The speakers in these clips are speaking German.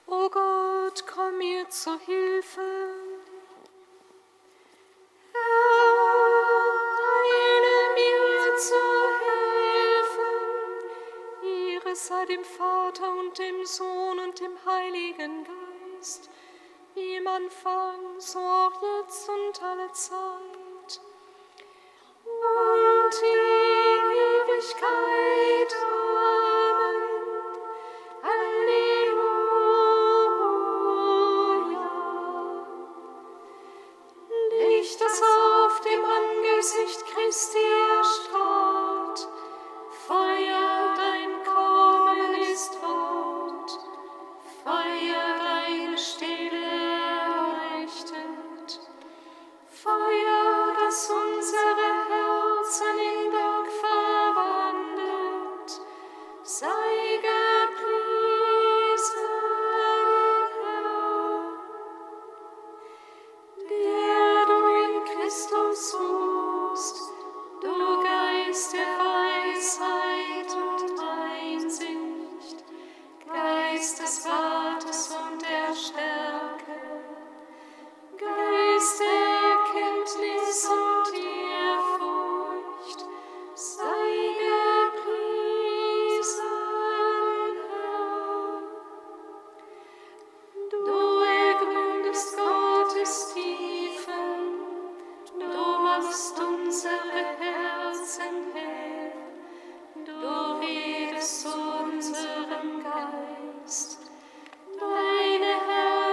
O Gott, komm mir zu Hilfe. Eile mir zu Hilfe. Ehre sei dem Vater und dem Sohn und dem Heiligen Geist, wie im Anfang, so auch jetzt und alle Zeit und in Ewigkeit. Amen. Halleluja. Licht, das auf dem Angesicht Christi erstrahlt, Feuer, dein Kommen ist Wort, Feuer, deine Stille erleuchtet, Feuer, das unsere Herzen in Dank verwandelt, sei gepriesen, Herr, der du in Christus ruhst, du Geist der Weisheit und Einsicht, Geist des Rates und der Stärke, Geist der Erkenntnis und Ehrfurcht, sei gepriesen, Herr. Du ergründest Gottes Tiefen, du machst unsere Herzen hell, du redest zu unserem Geist, deine Herrlichkeit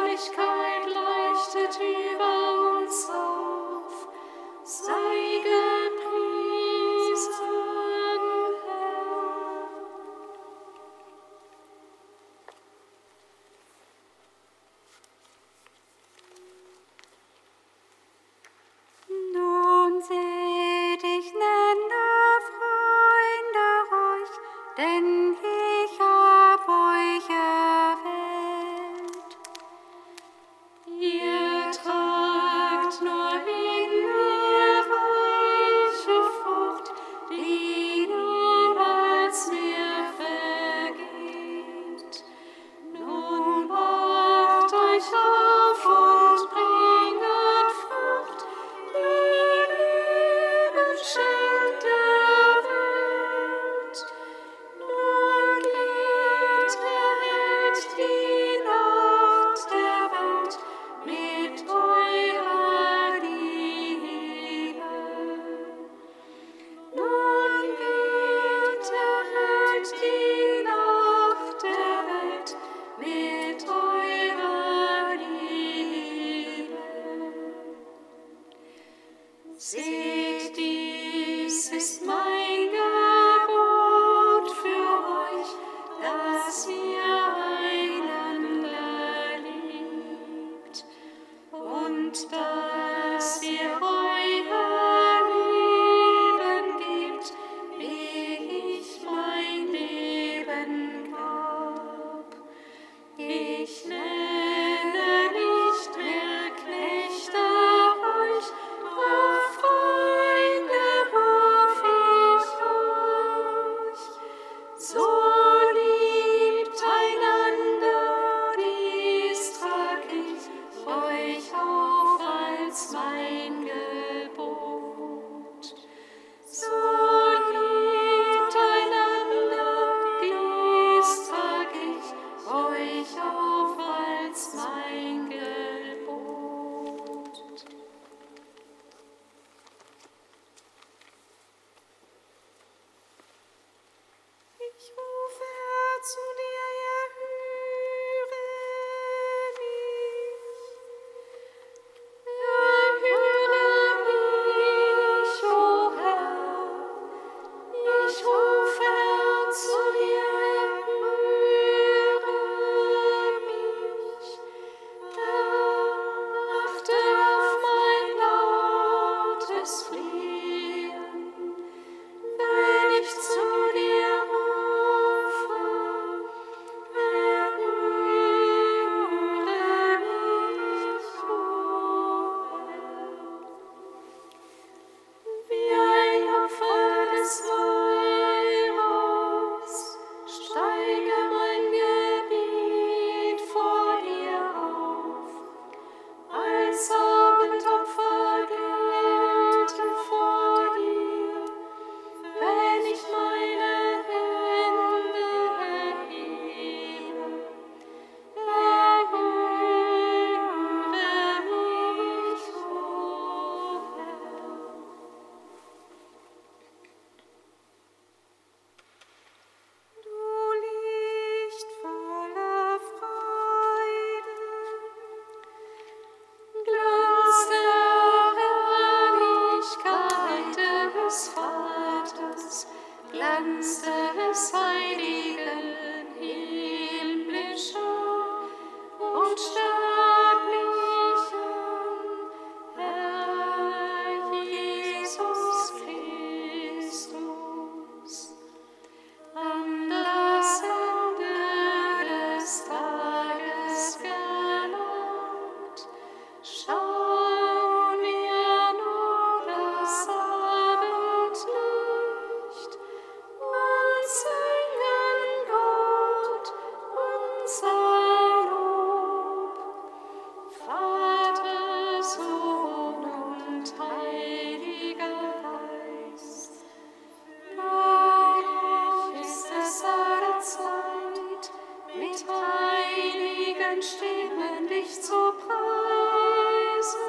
erheben Stimmen dich zu preisen.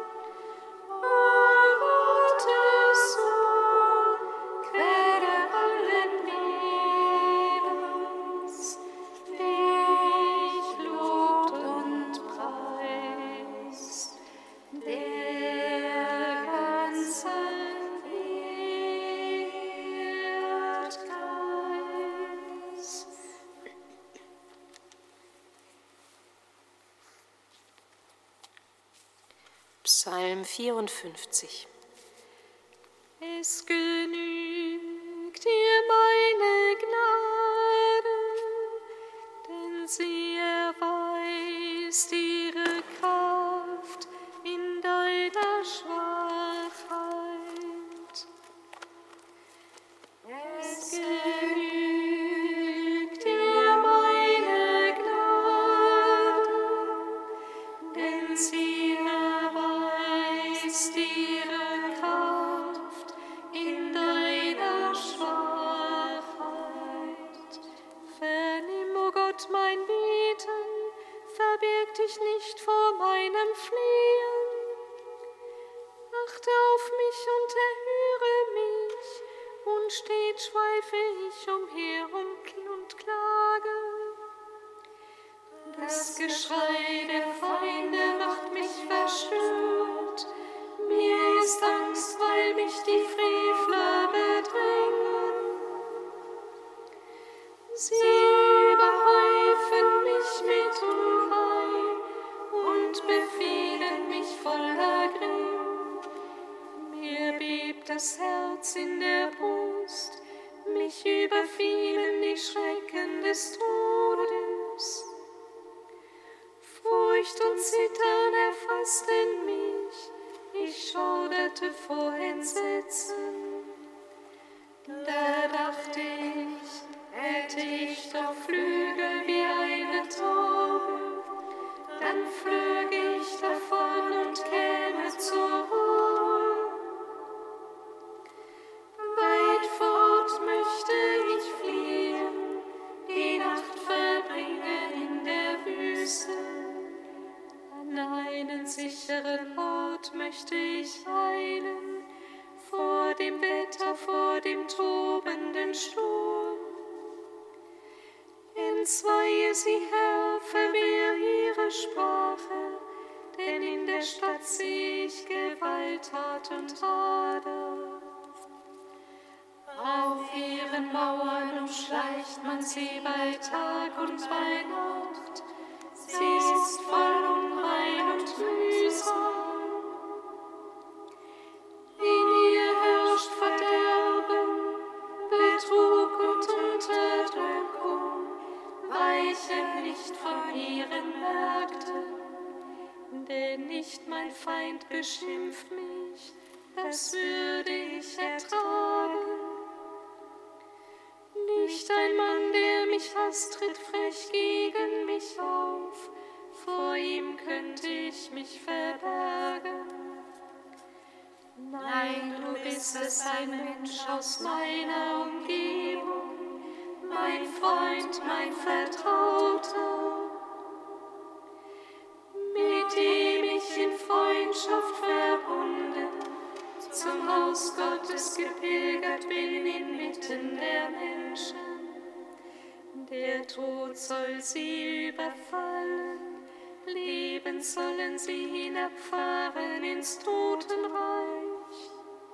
O Gottes Sohn, Quelle allen Lebens, dich lobt und preist der ganze Erdkreis. Psalm 54. Es genügt dir meine Gnade, denn sie erweist ihre Kraft in deiner Schwachheit. Es genügt dir meine Gnade, denn sie erweist ihre Kraft in deiner Schwachheit. Vernimm, o Gott, mein Beten, verbirg dich nicht vor meinem Flehen. Achte auf mich und erhöre mich, unstet schweife ich umher und klage. Das Geschrei der Feinde macht mich verstört. Mir ist Angst, weil mich die Frevler bedrängen. Sie überhäufen mich mit Unheil und befehlen mich voller Grimm. Mir bebt das Herz in der Brust, mich überfielen die Schrecken des Todes. Furcht und Zittern erfassten mich, ich schauderte vor Entsetzen. Da dachte ich, hätte ich doch Flügel wie eine Taube, dann flöge ich davon und käme zur Ruhe. Weit fort möchte ich fliehen, die Nacht verbringen in der Wüste. An einen sicheren Ort möchte ich eilen, vor dem Wetter, vor dem tobenden Sturm. Entzweie sie, Herr, verwehr ihre Sprache, denn in der Stadt sehe ich Gewalttat und Hader. Auf ihren Mauern umschleicht man sie bei Tag und bei Nacht. Sie ist voll Unheil und Mühsam. In ihr herrscht Verderben, Betrug und Unterdrückung, weiche nicht von ihren Märkten. Denn nicht mein Feind beschimpft mich, das würde ich ertragen. Nicht ein Mann, der mich hasst, tritt frech gegen mich auf, vor ihm könnte ich mich verbergen. Nein, du bist es, ein Mensch aus meiner Umgebung, mein Freund, mein Vertrauter, mit dem ich in Freundschaft verbunden zum Haus Gottes gepilgert bin inmitten der Menschen. Der Tod soll sie überfallen, lebend sollen sie hinabfahren ins Totenreich.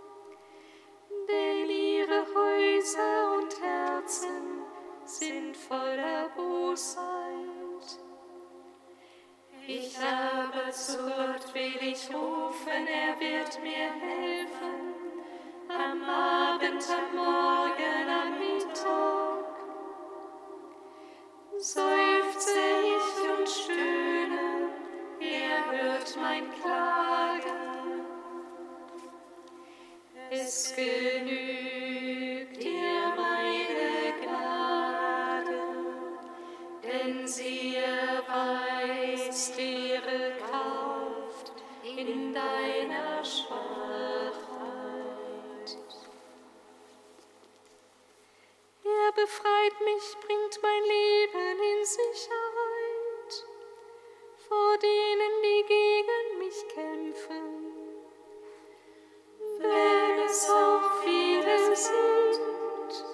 Denn ihre Häuser und Herzen sind voller Bosheit. Ich aber zu Gott will ich rufen, er wird mir helfen, am Abend, am Morgen, am Mittag. Seufze ich und stöhne, er hört mein Klagen. Es genügt dir meine Gnade, denn sie erweist ihre Kraft in deiner Schwachheit. Er befreit mich, bringt mein Leben in Sicherheit. vor denen, die gegen mich kämpfen. Wenn es auch viele sind,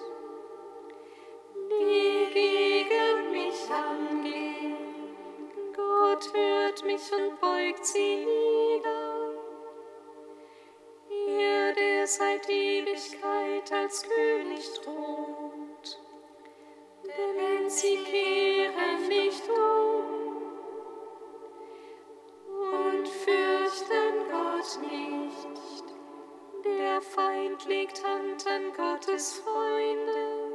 die gegen mich angehen, Gott hört mich und beugt sie nieder. Er, der seit Ewigkeit als König thront, denn sie kehren nicht um und fürchten Gott nicht. Der Feind legt Hand an Gottes Freunde.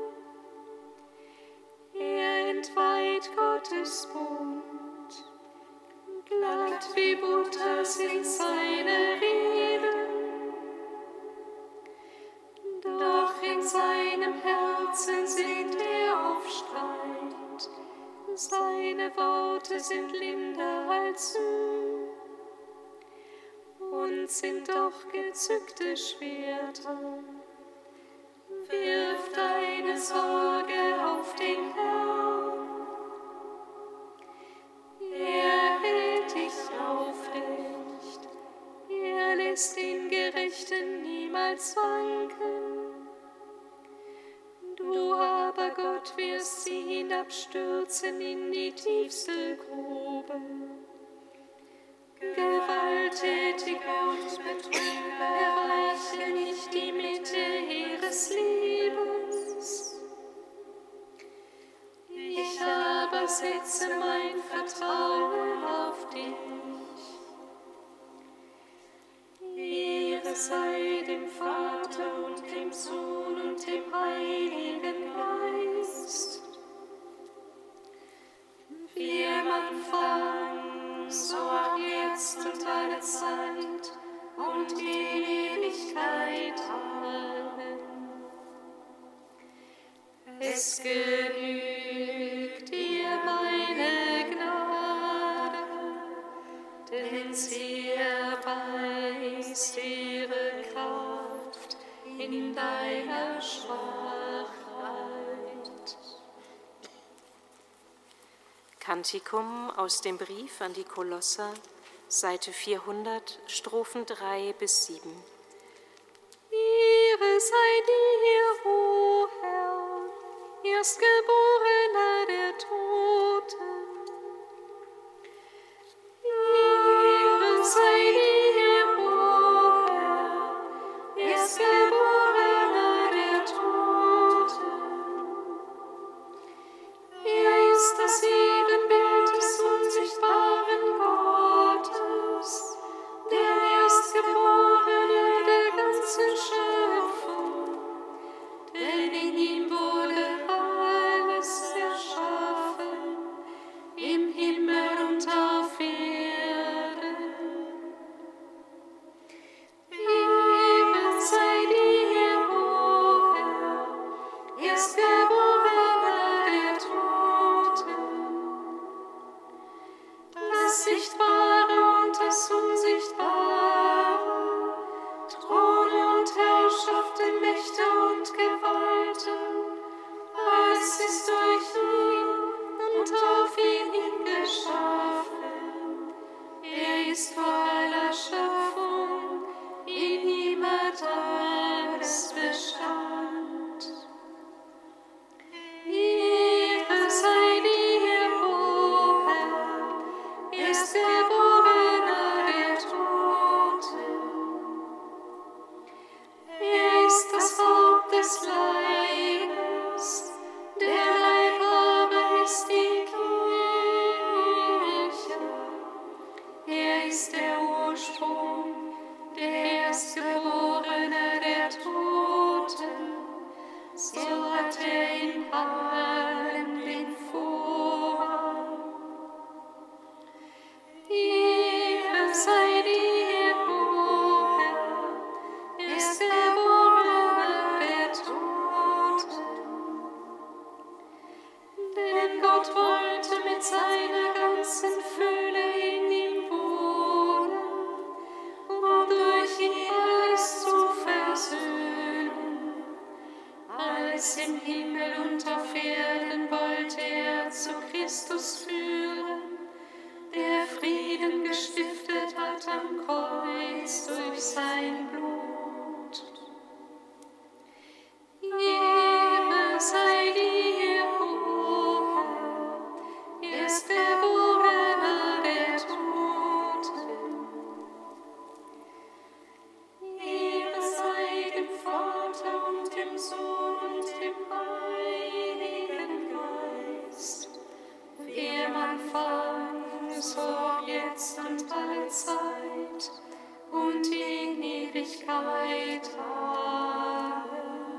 Er entweiht Gottes Bund. Glatt wie Butter sind seine Reden. Doch in seinem Herzen sinnt er auf Streit. Seine Worte sind linder als Süß und sind doch gezückte Schwerter. Wirf deine Sorge auf den Herrn. Er hält dich aufrecht. Er lässt den Gerechten niemals wanken. Du aber, Gott, wirst sie hinabstürzen in die tiefste Grube. Gewalttätige und Betrüger erreichen nicht die Mitte ihres Lebens. Ich aber setze mein Vertrauen auf dich. Ehre sei dem Vater und dem Sohn und dem Heiligen Geist, wie am Anfang, so auch jetzt und alle Zeit und in Ewigkeit. Amen. Es genügt dir meine Gnade, denn sie erweist ihre Kraft in deiner Schwachheit. Kantikum aus dem Brief an die Kolosser, Seite 400, Strophen 3 bis 7. Ehre sei dir, o Herr, Erstgeborener der Toten. Ehre sei dir, o Herr, Erstgeborener der Toten. Er ist das Ebenbild des unsichtbaren Gottes, der Erstgeborene der ganzen Schöpfung. Denn in ihm wurde alles erschaffen, im Himmel und auf Erden. Ehre sei dir, o Herr, Erstgeborener der Toten. Das Sichtbare und das Unsichtbare, Throne und Herrschaften, Mächte und Gewalten, alles ist durch ihn und auf ihn hin geschaffen. Er ist vor aller Schöpfung, in ihm hat alles Bestand. Ehre sei dir, o Herr, Erstgeborener der Toten. Er ist das Haupt des Leibes, der Leib aber ist die Kirche. Er ist der Ursprung, der Erstgeborene der Toten, so hat er in allem den Vorrang. sein Blut. Ehre sei dir, o Herr, Erstgeborener der Toten. Ehre sei dem Vater und dem Sohn und dem Heiligen Geist, wie am Anfang, so auch jetzt und alle Zeit und in Ewigkeit. Amen.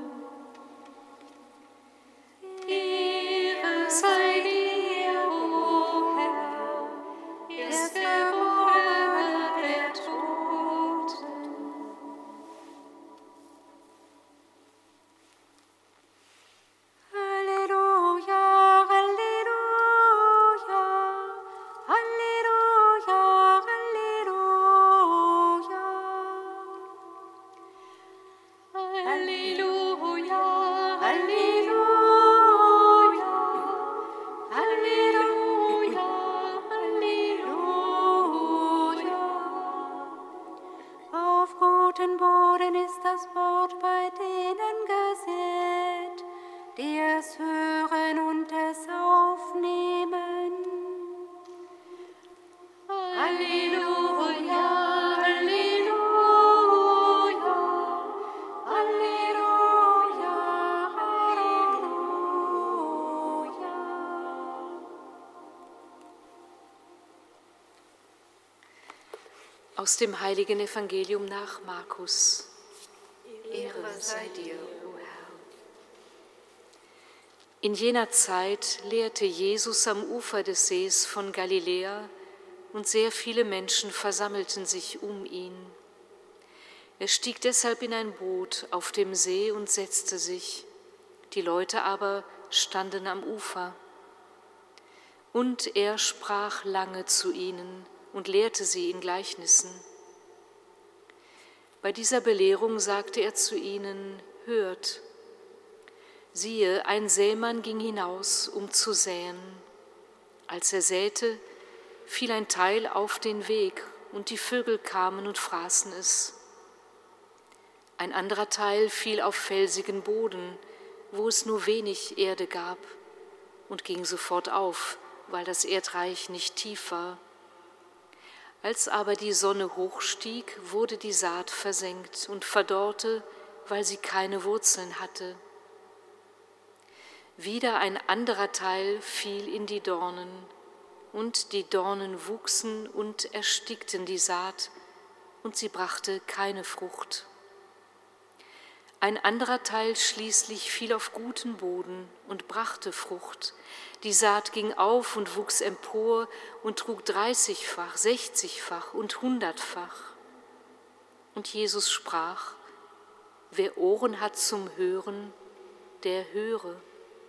Ehre sei dir, o Herr, Erstgeborener der Toten. Halleluja, Halleluja, Halleluja, Halleluja. Halleluja, Halleluja, Halleluja, Halleluja. Auf guten Boden ist das Wort bei denen gesät, die es hören und es aufnehmen. Halleluja, Halleluja, Halleluja, Halleluja. Aus dem heiligen Evangelium nach Markus. Ehre sei dir, o Herr. In jener Zeit lehrte Jesus am Ufer des Sees von Galiläa, und sehr viele Menschen versammelten sich um ihn. Er stieg deshalb in ein Boot auf dem See und setzte sich. Die Leute aber standen am Ufer. Und er sprach lange zu ihnen und lehrte sie in Gleichnissen. Bei dieser Belehrung sagte er zu ihnen: Hört, siehe, ein Sämann ging hinaus, um zu säen. Als er säte, fiel ein Teil auf den Weg, und die Vögel kamen und fraßen es. Ein anderer Teil fiel auf felsigen Boden, wo es nur wenig Erde gab, und ging sofort auf, weil das Erdreich nicht tief war. Als aber die Sonne hochstieg, wurde die Saat versenkt und verdorrte, weil sie keine Wurzeln hatte. Wieder ein anderer Teil fiel in die Dornen, und die Dornen wuchsen und erstickten die Saat, und sie brachte keine Frucht. Ein anderer Teil schließlich fiel auf guten Boden und brachte Frucht. Die Saat ging auf und wuchs empor und trug 30-fach, 60-fach und 100-fach. Und Jesus sprach: Wer Ohren hat zum Hören, der höre.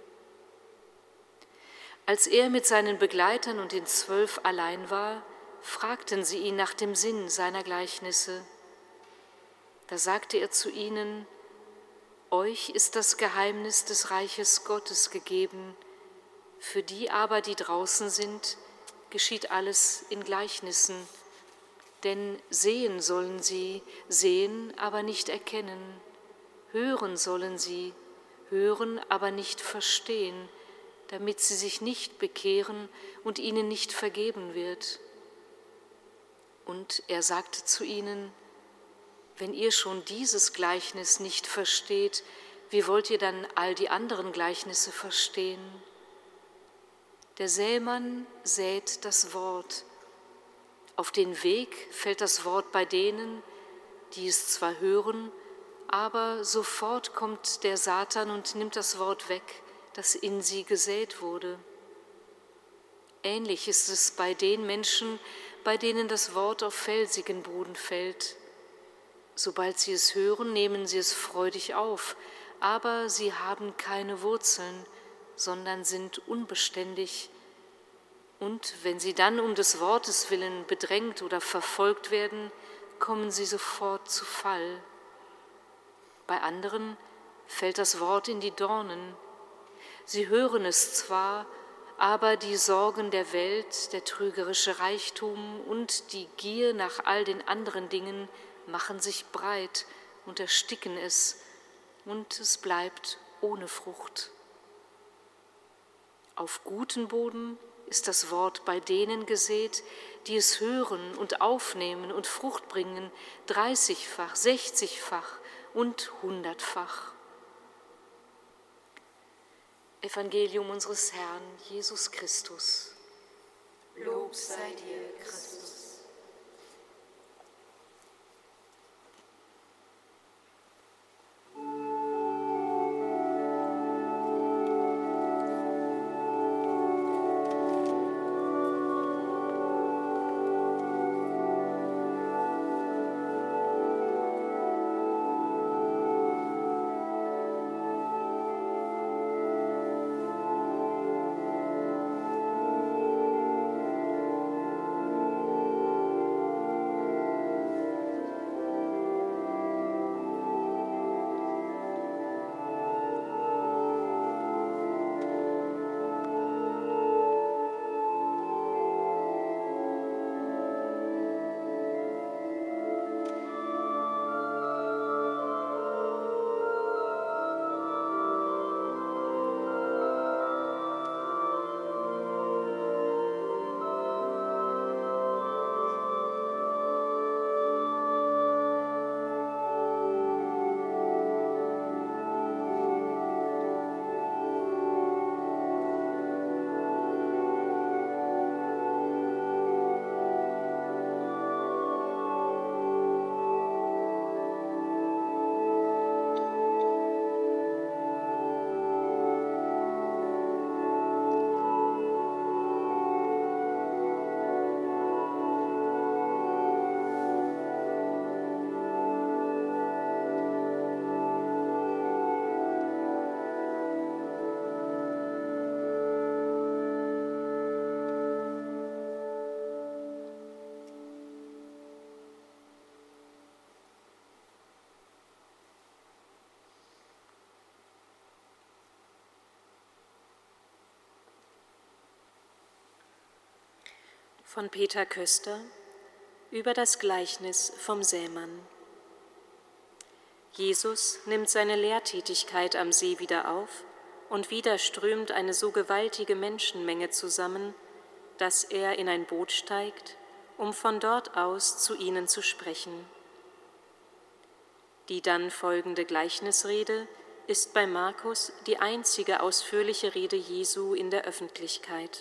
Als er mit seinen Begleitern und den 12 allein war, fragten sie ihn nach dem Sinn seiner Gleichnisse. Da sagte er zu ihnen: Euch ist das Geheimnis des Reiches Gottes gegeben. Für die aber, die draußen sind, geschieht alles in Gleichnissen. Denn sehen sollen sie, sehen, aber nicht erkennen. Hören sollen sie, hören, aber nicht verstehen, damit sie sich nicht bekehren und ihnen nicht vergeben wird. Und er sagte zu ihnen: Wenn ihr schon dieses Gleichnis nicht versteht, wie wollt ihr dann all die anderen Gleichnisse verstehen? Der Sämann sät das Wort. Auf den Weg fällt das Wort bei denen, die es zwar hören, aber sofort kommt der Satan und nimmt das Wort weg, das in sie gesät wurde. Ähnlich ist es bei den Menschen, bei denen das Wort auf felsigen Boden fällt. Sobald sie es hören, nehmen sie es freudig auf, aber sie haben keine Wurzeln, sondern sind unbeständig. Und wenn sie dann um des Wortes willen bedrängt oder verfolgt werden, kommen sie sofort zu Fall. Bei anderen fällt das Wort in die Dornen. Sie hören es zwar, aber die Sorgen der Welt, der trügerische Reichtum und die Gier nach all den anderen Dingen machen sich breit und ersticken es, und es bleibt ohne Frucht. Auf guten Boden ist das Wort bei denen gesät, die es hören und aufnehmen und Frucht bringen, 30-fach, 60-fach und 100-fach. Evangelium unseres Herrn Jesus Christus. Lob sei dir, Christus. Von Peter Köster über das Gleichnis vom Sämann. Jesus nimmt seine Lehrtätigkeit am See wieder auf und wieder strömt eine so gewaltige Menschenmenge zusammen, dass er in ein Boot steigt, um von dort aus zu ihnen zu sprechen. Die dann folgende Gleichnisrede ist bei Markus die einzige ausführliche Rede Jesu in der Öffentlichkeit.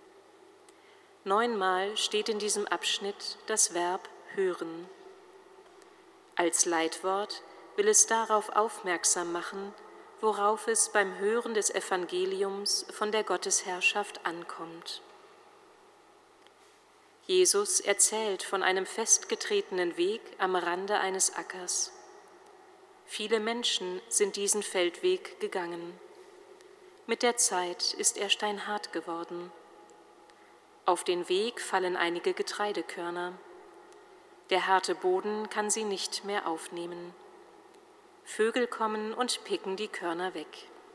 9-mal steht in diesem Abschnitt das Verb hören. Als Leitwort will es darauf aufmerksam machen, worauf es beim Hören des Evangeliums von der Gottesherrschaft ankommt. Jesus erzählt von einem festgetretenen Weg am Rande eines Ackers. Viele Menschen sind diesen Feldweg gegangen. Mit der Zeit ist er steinhart geworden. Auf den Weg fallen einige Getreidekörner. Der harte Boden kann sie nicht mehr aufnehmen. Vögel kommen und picken die Körner weg.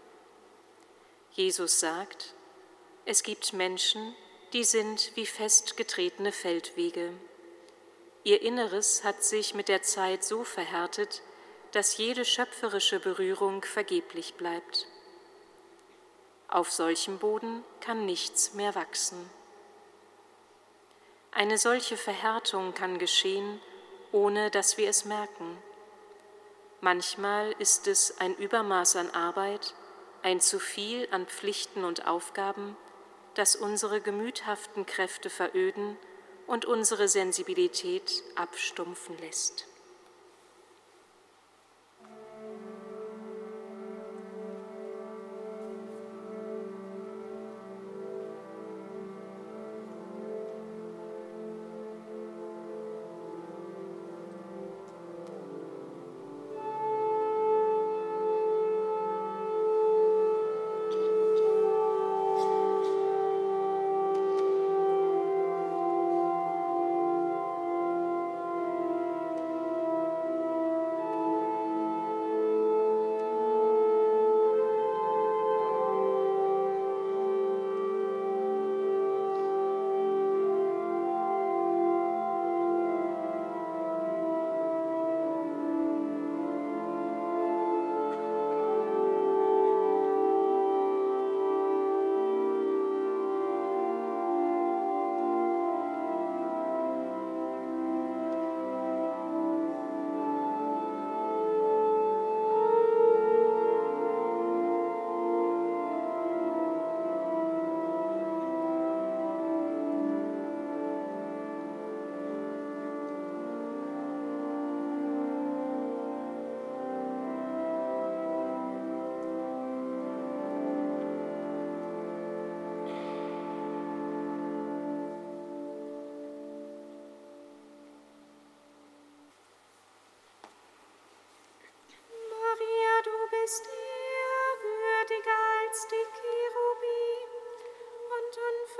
Jesus sagt, es gibt Menschen, die sind wie festgetretene Feldwege. Ihr Inneres hat sich mit der Zeit so verhärtet, dass jede schöpferische Berührung vergeblich bleibt. Auf solchem Boden kann nichts mehr wachsen. Eine solche Verhärtung kann geschehen, ohne dass wir es merken. Manchmal ist es ein Übermaß an Arbeit, ein zu viel an Pflichten und Aufgaben, das unsere gemüthaften Kräfte veröden und unsere Sensibilität abstumpfen lässt.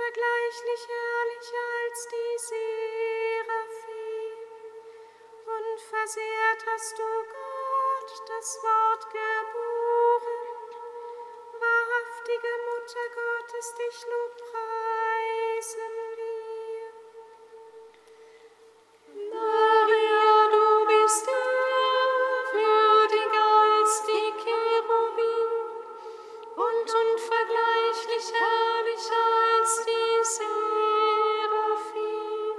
unvergleichlich herrlicher als die Seraphim. Unversehrt hast du Gott das Wort geboren. Wahrhaftige Mutter Gottes, dich lobpreisen wir. Maria, du bist ehrwürdiger als die Cherubim und unvergleichlich herrlicher als die Seraphim.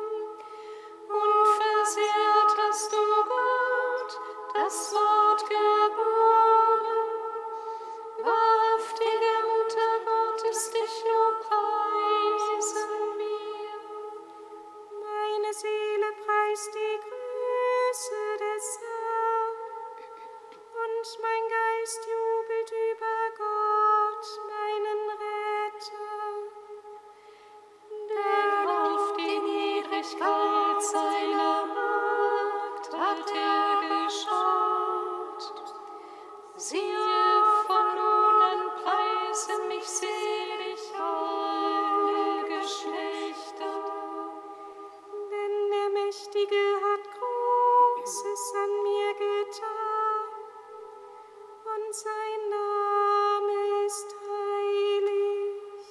Unversehrt hast du Gott das Wort geboren. Wahrhaftige Mutter Gottes, dich lobpreisen wir. Meine Seele preist die Größe des Herrn, und mein Geist jubelt über Gott, meinen Retter. Denn auf die Niedrigkeit seiner Magd hat geschaut. Siehe, von nun an preisen mich selig alle Geschlechter. Denn der Mächtige hat Großes an mir getan, und sein Name ist heilig.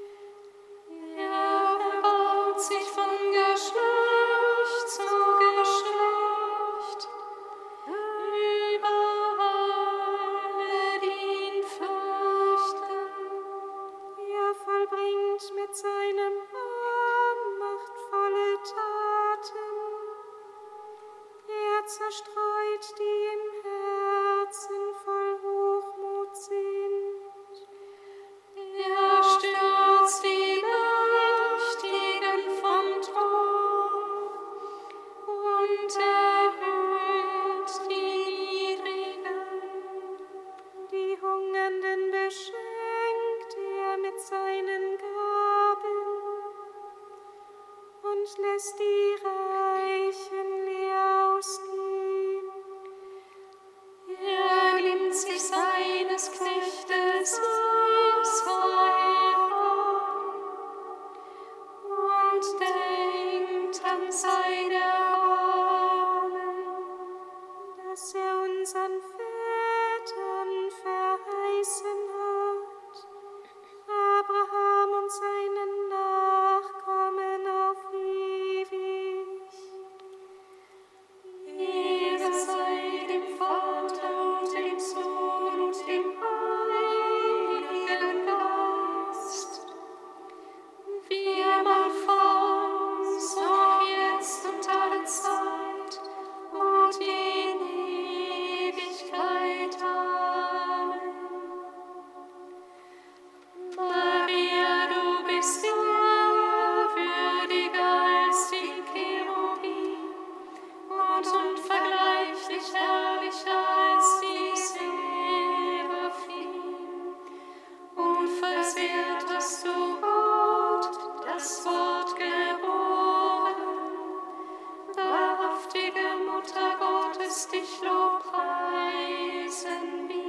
Er erbaut sich von Geschlecht zu Geschlecht über alle, die ihn fürchten. Er vollbringt mit seinem Arm machtvolle Taten. Er zerstreut, die im Herzen voll Hochmut sind. Er stürzt die Mächtigen vom Thron und erhöht die Niedrigen. Die Hungernden beschenkt er mit seinen Gaben und lässt die Reichen leer ausgehen. Er nimmt sich seines Knechtes Israel an und denkt an sein Erbarmen, dass er unseren Vätern verheißen hat, Abraham und seinen Nachkommen auf ewig. Ehre sei dem Vater und dem Sohn und dem Heiligen Geist, wie im Anfang, so jetzt und alle Zeit und in Ewigkeit. Amen. Maria, du bist ehrwürdiger als die Cherubim und unvergleichlich herrlicher als die Seraphim. Unversehrt hast du Gott das Wort geboren. Wahrhaftige Mutter Gottes, dich lobpreisen wir.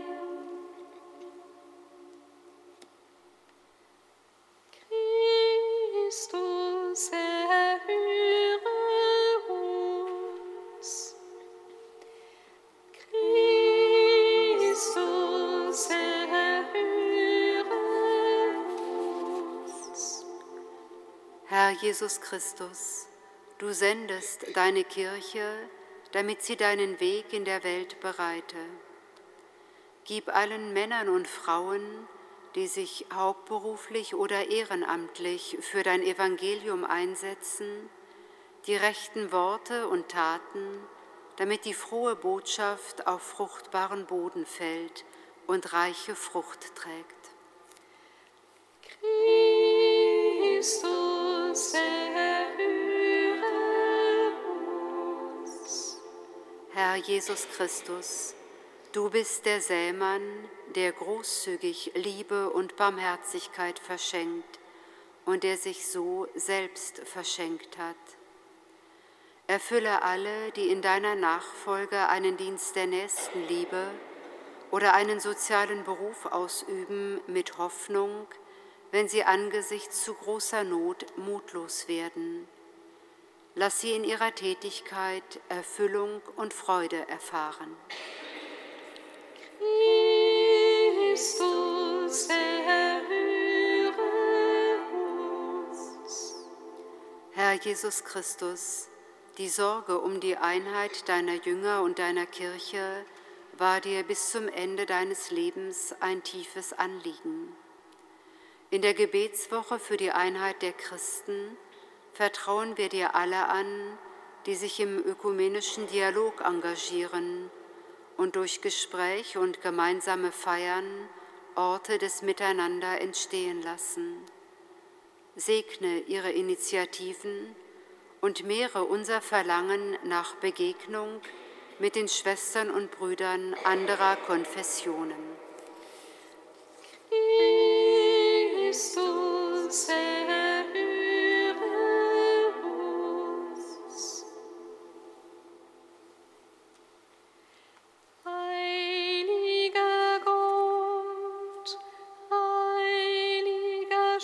Christus, erhöre uns. Christus, erhöre uns. Herr Jesus Christus, du sendest deine Kirche, damit sie deinen Weg in der Welt bereite. Gib allen Männern und Frauen, die sich hauptberuflich oder ehrenamtlich für dein Evangelium einsetzen, die rechten Worte und Taten, damit die frohe Botschaft auf fruchtbaren Boden fällt und reiche Frucht trägt. Christus, erhöre uns. Herr Jesus Christus, du bist der Sämann, der großzügig Liebe und Barmherzigkeit verschenkt und der sich so selbst verschenkt hat. Erfülle alle, die in deiner Nachfolge einen Dienst der Nächstenliebe oder einen sozialen Beruf ausüben, mit Hoffnung, wenn sie angesichts zu großer Not mutlos werden. Lass sie in ihrer Tätigkeit Erfüllung und Freude erfahren. Christus, erhöre uns. Herr Jesus Christus, die Sorge um die Einheit deiner Jünger und deiner Kirche war dir bis zum Ende deines Lebens ein tiefes Anliegen. In der Gebetswoche für die Einheit der Christen vertrauen wir dir alle an, die sich im ökumenischen Dialog engagieren und durch Gespräch und gemeinsame Feiern Orte des Miteinander entstehen lassen. Segne ihre Initiativen und mehre unser Verlangen nach Begegnung mit den Schwestern und Brüdern anderer Konfessionen. Christus, erhöre uns. Heiliger Gott, heiliger,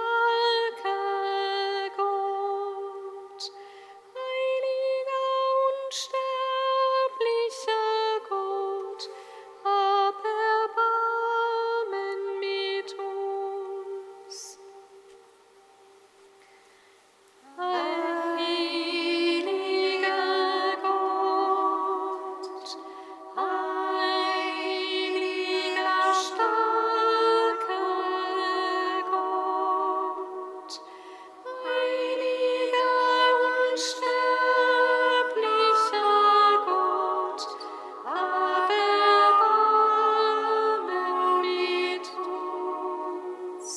starker Gott, heiliger, unsterblicher Gott, hab Erbarmen mit uns. Heiliger Gott, heiliger, starker Gott, heiliger, unsterblicher Gott, hab Erbarmen mit uns.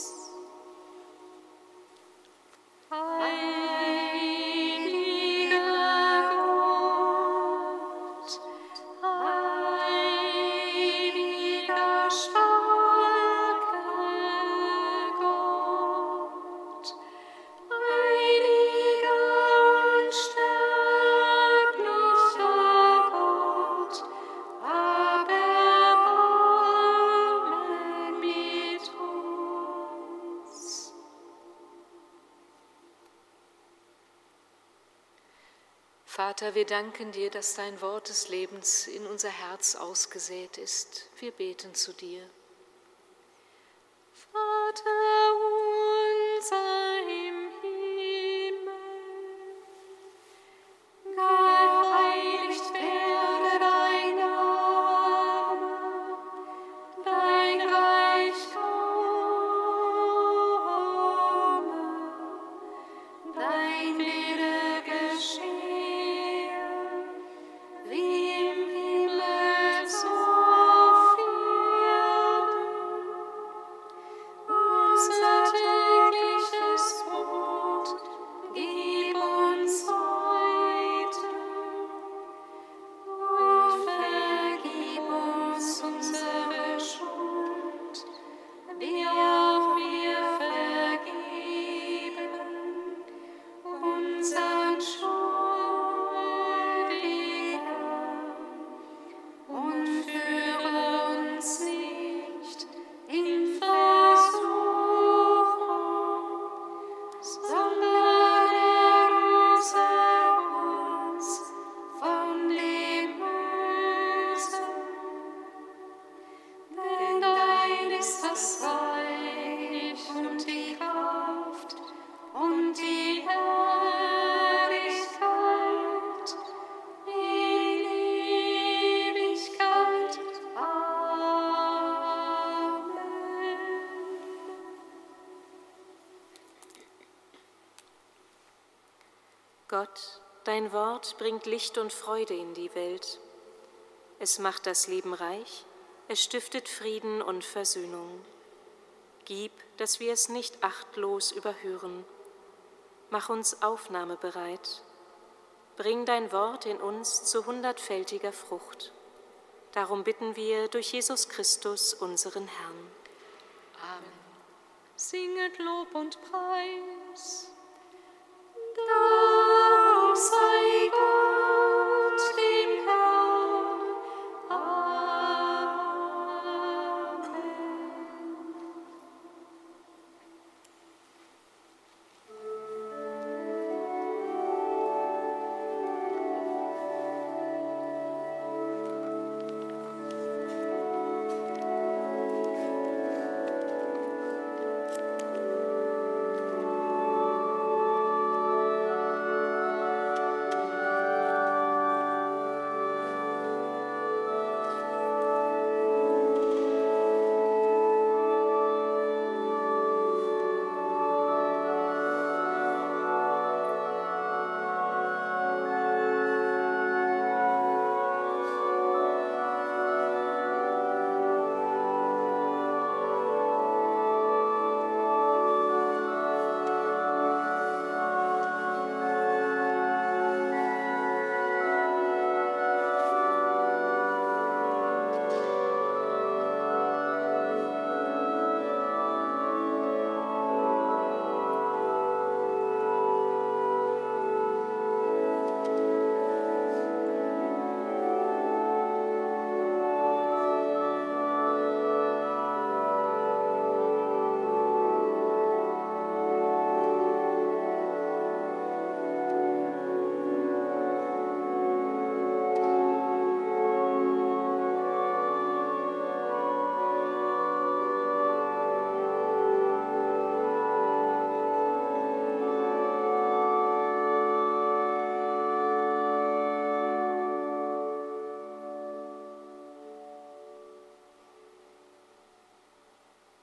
Heiliger Gott, heiliger, starker Gott, heiliger, unsterblicher Gott, hab Erbarmen mit uns. Vater, wir danken dir, dass dein Wort des Lebens in unser Herz ausgesät ist. Wir beten zu dir. Vater unser im Himmel, geheiligt werde dein Name, dein Reich komme, dein Wille geschehe, wie im Himmel so auf Erden. Unser tägliches Brot gib uns heute und vergib uns unsere Schuld, wie auch wir vergeben unseren Schuldigen. Und führe uns nicht in Versuchung, sondern erlöse uns von dem Bösen. Denn dein ist das Reich und die Kraft und die Herrlichkeit in Ewigkeit. Amen. Gott, dein Wort bringt Licht und Freude in die Welt. Es macht das Leben reich, es stiftet Frieden und Versöhnung. Gib, dass wir es nicht achtlos überhören. Mach uns aufnahmebereit. Bring dein Wort in uns zu 100-fältiger Frucht. Darum bitten wir durch Jesus Christus, unseren Herrn. Amen. Singet Lob und Preis.